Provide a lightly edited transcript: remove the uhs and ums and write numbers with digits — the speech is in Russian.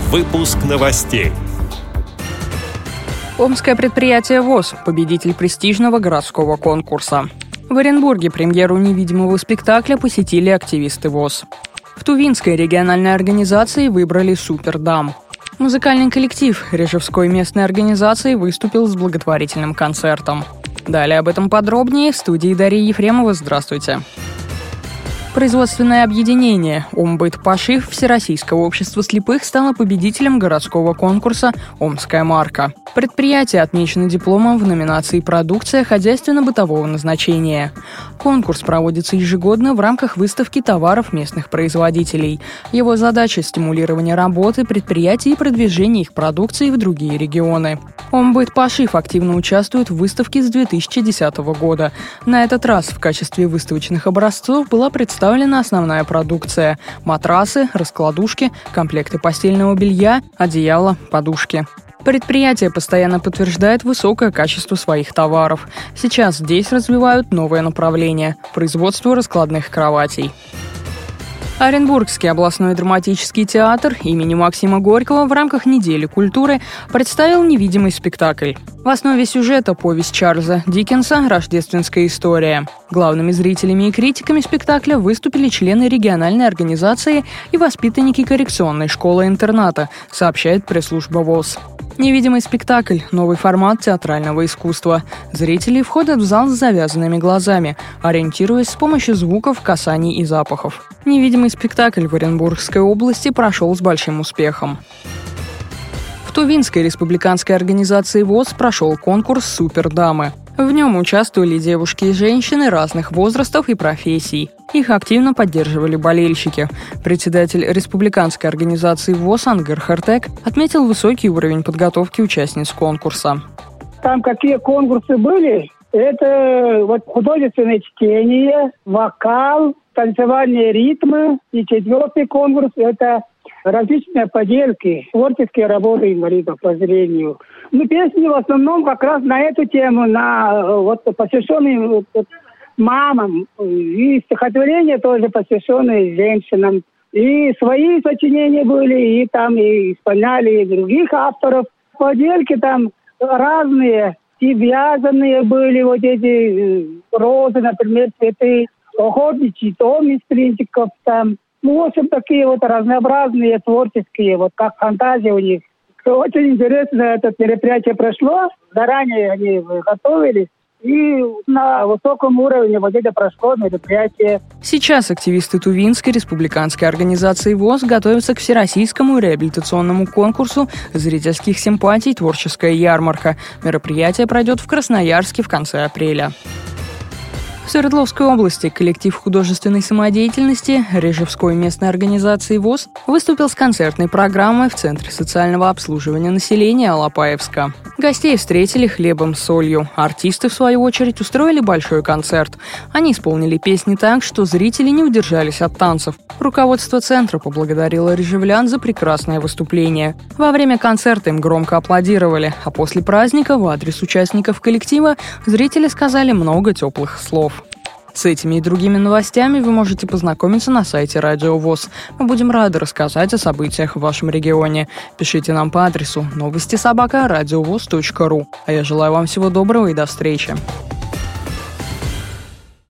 Выпуск новостей. Омское предприятие ВОС – победитель престижного городского конкурса. В Оренбурге премьеру невидимого спектакля посетили активисты ВОС. В Тувинской региональной организации выбрали «Супердам». Музыкальный коллектив Режевской местной организации выступил с благотворительным концертом. Далее об этом подробнее в студии Дарьи Ефремова. Здравствуйте. Производственное объединение «Омбыт-Пошив» Всероссийского общества слепых стало победителем городского конкурса «Омская марка». Предприятие отмечено дипломом в номинации «Продукция хозяйственно-бытового назначения». Конкурс проводится ежегодно в рамках выставки товаров местных производителей. Его задача – стимулирование работы предприятий и продвижение их продукции в другие регионы. «Омбыт-Пошив» активно участвует в выставке с 2010 года. На этот раз в качестве выставочных образцов была представлена основная продукция – матрасы, раскладушки, комплекты постельного белья, одеяла, подушки. Предприятие постоянно подтверждает высокое качество своих товаров. Сейчас здесь развивают новое направление – производство раскладных кроватей. Оренбургский областной драматический театр имени Максима Горького в рамках недели культуры представил невидимый спектакль. В основе сюжета повесть Чарльза Диккенса «Рождественская история». Главными зрителями и критиками спектакля выступили члены региональной организации и воспитанники коррекционной школы-интерната, сообщает пресс-служба ВОС. Невидимый спектакль – новый формат театрального искусства. Зрители входят в зал с завязанными глазами, ориентируясь с помощью звуков, касаний и запахов. Невидимый спектакль в Оренбургской области прошел с большим успехом. В Тувинской республиканской организации ВОС прошел конкурс «Супердамы». В нем участвовали девушки и женщины разных возрастов и профессий. Их активно поддерживали болельщики. Председатель республиканской организации ВОС Ангер Хартек отметил высокий уровень подготовки участниц конкурса. Там какие конкурсы были? Это художественное чтение, вокал, танцевальные ритмы. И четвертый конкурс – это различные поделки, творческие работы инвалидов по зрению. Песни в основном как раз на эту тему, посвященные мамам. И стихотворения тоже посвященные женщинам. И свои сочинения были, и там и исполняли и других авторов. Поделки там разные, и вязаные были эти розы, например, цветы, охотничий дом из принтиков там. В общем, такие разнообразные творческие, как фантазия у них. Очень интересно это мероприятие прошло. Заранее они готовились. И на высоком уровне это прошло мероприятие. Сейчас активисты Тувинской республиканской организации ВОС готовятся к всероссийскому реабилитационному конкурсу зрительских симпатий «Творческая ярмарка». Мероприятие пройдет в Красноярске в конце апреля. В Свердловской области коллектив художественной самодеятельности Режевской местной организации ВОС выступил с концертной программой в Центре социального обслуживания населения Алапаевска. Гостей встретили хлебом с солью. Артисты, в свою очередь, устроили большой концерт. Они исполнили песни так, что зрители не удержались от танцев. Руководство центра поблагодарило режевлян за прекрасное выступление. Во время концерта им громко аплодировали, а после праздника в адрес участников коллектива зрители сказали много теплых слов. С этими и другими новостями вы можете познакомиться на сайте Радио ВОС. Мы будем рады рассказать о событиях в вашем регионе. Пишите нам по адресу новости@радиовос.ру. А я желаю вам всего доброго и до встречи.